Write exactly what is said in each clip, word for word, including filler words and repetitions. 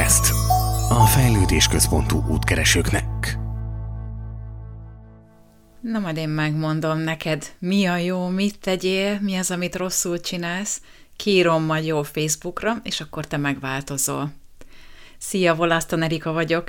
Podcast. A fejlődés központú útkeresőknek. Na majd én megmondom neked, mi a jó, mit tegyél, mi az, amit rosszul csinálsz, kiírom majd jó Facebookra, és akkor te megváltozol. Szia, Volaszton Erika vagyok,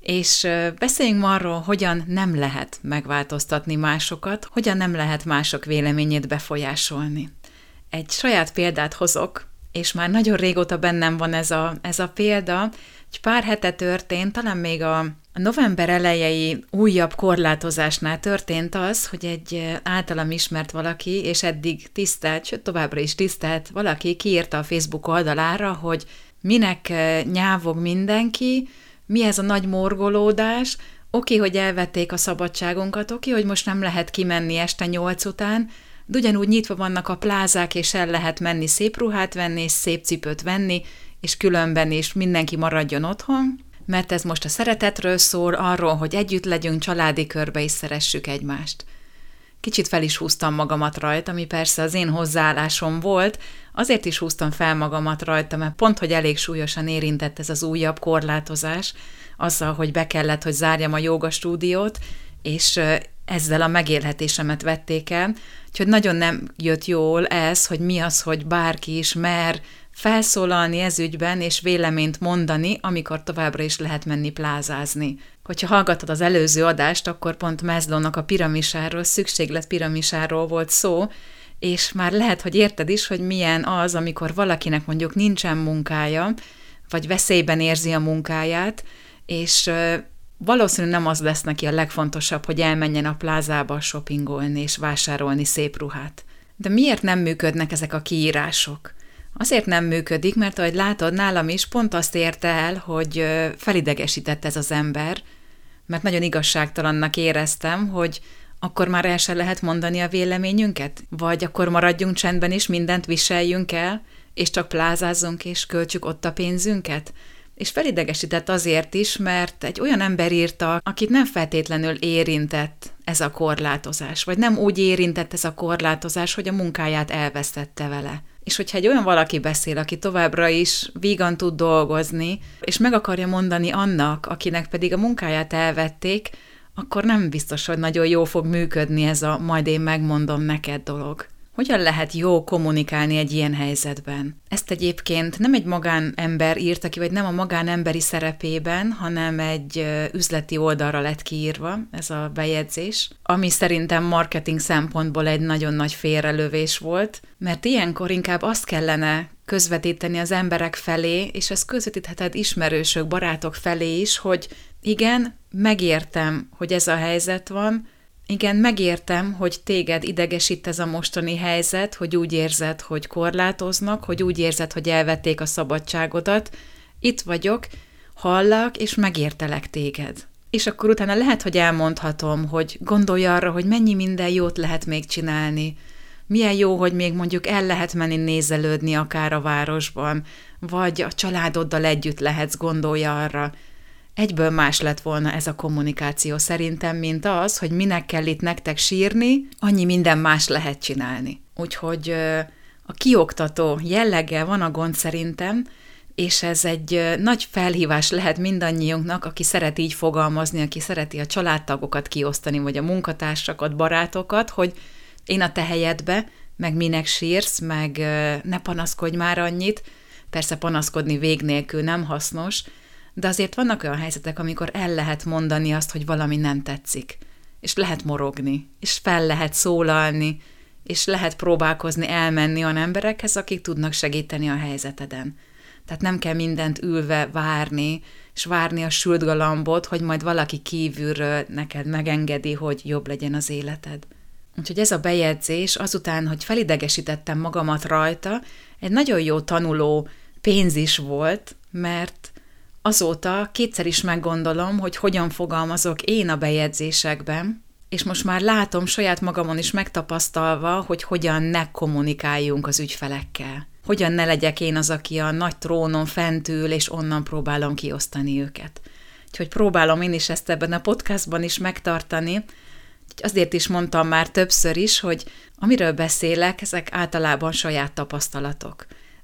és beszéljünk ma arról, hogyan nem lehet megváltoztatni másokat, hogyan nem lehet mások véleményét befolyásolni. Egy saját példát hozok, és már nagyon régóta bennem van ez a, ez a példa. Egy pár hete történt, talán még a november elejei újabb korlátozásnál történt az, hogy egy általam ismert valaki, és eddig tisztelt, sőt továbbra is tisztelt valaki kiírta a Facebook oldalára, hogy minek nyávog mindenki, mi ez a nagy morgolódás, oké, hogy elvették a szabadságunkat, oké, hogy most nem lehet kimenni este nyolc után, de ugyanúgy nyitva vannak a plázák, és el lehet menni szép ruhát venni, és szép cipőt venni, és különben is mindenki maradjon otthon, mert ez most a szeretetről szól, arról, hogy együtt legyünk, családi körbe is szeressük egymást. Kicsit fel is húztam magamat rajta, ami persze az én hozzáállásom volt, azért is húztam fel magamat rajta, mert pont, hogy elég súlyosan érintett ez az újabb korlátozás, azzal, hogy be kellett, hogy zárjam a jóga stúdiót, és ezzel a megélhetésemet vették el, úgyhogy nagyon nem jött jól ez, hogy mi az, hogy bárki is mer felszólalni ez ügyben, és véleményt mondani, amikor továbbra is lehet menni plázázni. Hogyha hallgattad az előző adást, akkor pont Maslownak a piramisáról, szükséglet piramisáról volt szó, és már lehet, hogy érted is, hogy milyen az, amikor valakinek mondjuk nincsen munkája, vagy veszélyben érzi a munkáját, és valószínűleg nem az lesz neki a legfontosabb, hogy elmenjen a plázába shoppingolni és vásárolni szép ruhát. De miért nem működnek ezek a kiírások? Azért nem működik, mert ahogy látod, nálam is pont azt érte el, hogy felidegesített ez az ember, mert nagyon igazságtalannak éreztem, hogy akkor már el se lehet mondani a véleményünket? Vagy akkor maradjunk csendben és mindent viseljünk el, és csak plázázzunk és költsük ott a pénzünket? És felidegesített azért is, mert egy olyan ember írta, akit nem feltétlenül érintett ez a korlátozás, vagy nem úgy érintett ez a korlátozás, hogy a munkáját elvesztette vele. És hogyha egy olyan valaki beszél, aki továbbra is vígan tud dolgozni, és meg akarja mondani annak, akinek pedig a munkáját elvették, akkor nem biztos, hogy nagyon jól fog működni ez a majd én megmondom neked dolog. Hogyan lehet jó kommunikálni egy ilyen helyzetben? Ezt egyébként nem egy magánember írta ki, vagy nem a magánemberi szerepében, hanem egy üzleti oldalra lett kiírva ez a bejegyzés, ami szerintem marketing szempontból egy nagyon nagy félrelövés volt, mert ilyenkor inkább azt kellene közvetíteni az emberek felé, és ezt közvetítheted ismerősök, barátok felé is, hogy igen, megértem, hogy ez a helyzet van, igen, megértem, hogy téged idegesít ez a mostani helyzet, hogy úgy érzed, hogy korlátoznak, hogy úgy érzed, hogy elvették a szabadságodat. Itt vagyok, hallak, és megértelek téged. És akkor utána lehet, hogy elmondhatom, hogy gondolj arra, hogy mennyi minden jót lehet még csinálni. Milyen jó, hogy még mondjuk el lehet menni nézelődni akár a városban, vagy a családoddal együtt lehetsz, gondolj arra. Egyből más lett volna ez a kommunikáció szerintem, mint az, hogy minek kell itt nektek sírni, annyi minden más lehet csinálni. Úgyhogy a kioktató jelleggel van a gond szerintem, és ez egy nagy felhívás lehet mindannyiunknak, aki szeret így fogalmazni, aki szereti a családtagokat kiosztani, vagy a munkatársakat, barátokat, hogy én a te helyedbe, meg minek sírsz, meg ne panaszkodj már annyit, persze panaszkodni vég nélkül nem hasznos, de azért vannak olyan helyzetek, amikor el lehet mondani azt, hogy valami nem tetszik, és lehet morogni, és fel lehet szólalni, és lehet próbálkozni elmenni olyan emberekhez, akik tudnak segíteni a helyzeteden. Tehát nem kell mindent ülve várni, és várni a sült galambot, hogy majd valaki kívülről neked megengedi, hogy jobb legyen az életed. Úgyhogy ez a bejegyzés, azután, hogy felidegesítettem magamat rajta, egy nagyon jó tanuló pénz is volt, mert azóta kétszer is meggondolom, hogy hogyan fogalmazok én a bejegyzésekben, és most már látom saját magamon is megtapasztalva, hogy hogyan ne kommunikáljunk az ügyfelekkel. Hogyan ne legyek én az, aki a nagy trónon fent ül, és onnan próbálom kiosztani őket. Úgyhogy próbálom én is ezt ebben a podcastban is megtartani. Azért is mondtam már többször is, hogy amiről beszélek, ezek általában saját tapasztalatok.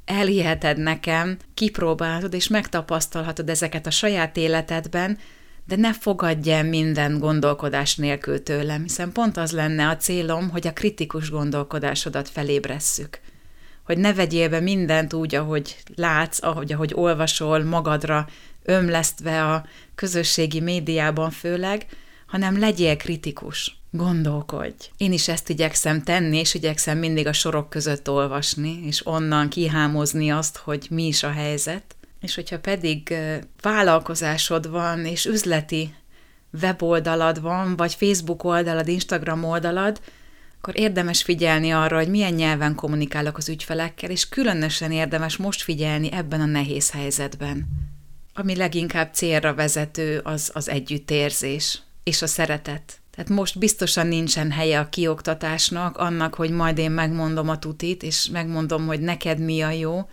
elhiheted nekem, kipróbálod és megtapasztalhatod ezeket a saját életedben, de ne fogadj el minden gondolkodás nélkül tőlem, hiszen pont az lenne a célom, hogy a kritikus gondolkodásodat felébresszük. Hogy ne vegyél be mindent úgy, ahogy látsz, ahogy, ahogy olvasol, magadra ömlesztve a közösségi médiában főleg, hanem legyél kritikus. Gondolkodj. Én is ezt igyekszem tenni, és igyekszem mindig a sorok között olvasni, és onnan kihámozni azt, hogy mi is a helyzet. És hogyha pedig vállalkozásod van, és üzleti weboldalad van, vagy Facebook oldalad, Instagram oldalad, akkor érdemes figyelni arra, hogy milyen nyelven kommunikálok az ügyfelekkel, és különösen érdemes most figyelni ebben a nehéz helyzetben. Ami leginkább célra vezető, az az együttérzés és a szeretet. Tehát most biztosan nincsen helye a kioktatásnak, annak, hogy majd én megmondom a tutit, és megmondom, hogy neked mi a jó.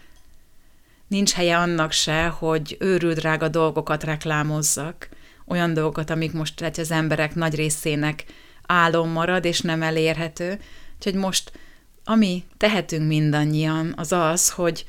Nincs helye annak se, hogy őrüldrága dolgokat reklámozzak, olyan dolgokat, amik most lehet, az emberek nagy részének álom marad, és nem elérhető. Úgyhogy most, ami tehetünk mindannyian, az az, hogy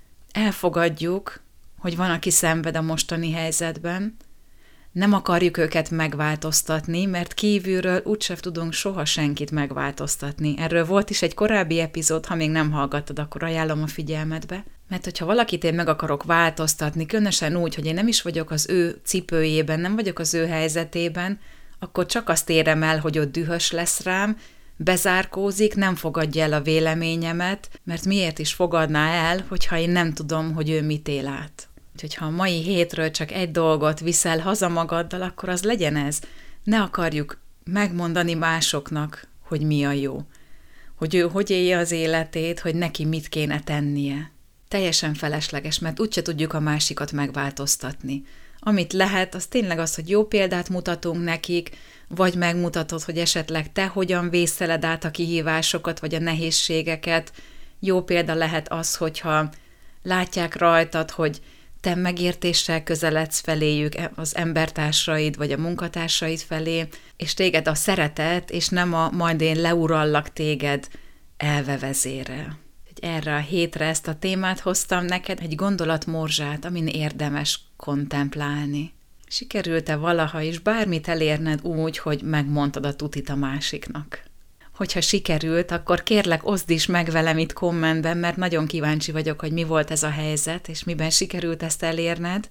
elfogadjuk, hogy van, aki szenved a mostani helyzetben, nem akarjuk őket megváltoztatni, mert kívülről úgysem tudunk soha senkit megváltoztatni. Erről volt is egy korábbi epizód, ha még nem hallgattad, akkor ajánlom a figyelmedbe. Mert hogyha valakit én meg akarok változtatni, különösen úgy, hogy én nem is vagyok az ő cipőjében, nem vagyok az ő helyzetében, akkor csak azt érem el, hogy ott dühös lesz rám, bezárkózik, nem fogadja el a véleményemet, mert miért is fogadná el, hogyha én nem tudom, hogy ő mit él át. Úgyhogy ha a mai hétről csak egy dolgot viszel haza magaddal, akkor az legyen ez. Ne akarjuk megmondani másoknak, hogy mi a jó. Hogy ő hogy élje az életét, hogy neki mit kéne tennie. Teljesen felesleges, mert úgyse tudjuk a másikat megváltoztatni. Amit lehet, az tényleg az, hogy jó példát mutatunk nekik, vagy megmutatod, hogy esetleg te hogyan vészeled át a kihívásokat, vagy a nehézségeket. Jó példa lehet az, hogyha látják rajtad, hogy te megértéssel közeledsz feléjük, az embertársaid vagy a munkatársaid felé, és téged a szeretet, és nem a majd én leurallak téged elve vezérel. Erre a hétre ezt a témát hoztam neked, egy gondolatmorzsát, amin érdemes kontemplálni. Sikerült-e valaha is bármit elérned úgy, hogy megmondtad a tutit a másiknak? Hogyha sikerült, akkor kérlek, oszd is meg velem itt kommentben, mert nagyon kíváncsi vagyok, hogy mi volt ez a helyzet, és miben sikerült ezt elérned.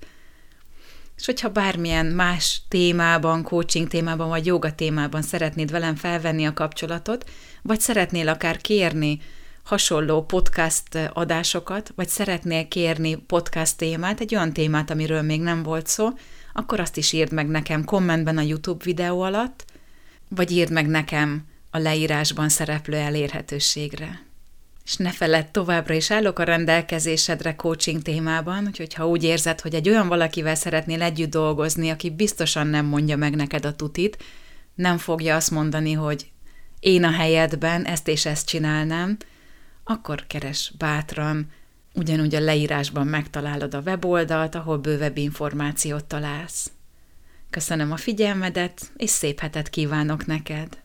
És hogyha bármilyen más témában, coaching témában, vagy joga témában szeretnéd velem felvenni a kapcsolatot, vagy szeretnél akár kérni hasonló podcast adásokat, vagy szeretnél kérni podcast témát, egy olyan témát, amiről még nem volt szó, akkor azt is írd meg nekem kommentben a YouTube videó alatt, vagy írd meg nekem a leírásban szereplő elérhetőségre. És ne feledd, továbbra is állok a rendelkezésedre coaching témában, úgyhogy ha úgy érzed, hogy egy olyan valakivel szeretnél együtt dolgozni, aki biztosan nem mondja meg neked a tutit, nem fogja azt mondani, hogy én a helyedben ezt és ezt csinálnám, akkor keres bátran, ugyanúgy a leírásban megtalálod a weboldalt, ahol bővebb információt találsz. Köszönöm a figyelmedet, és szép hetet kívánok neked!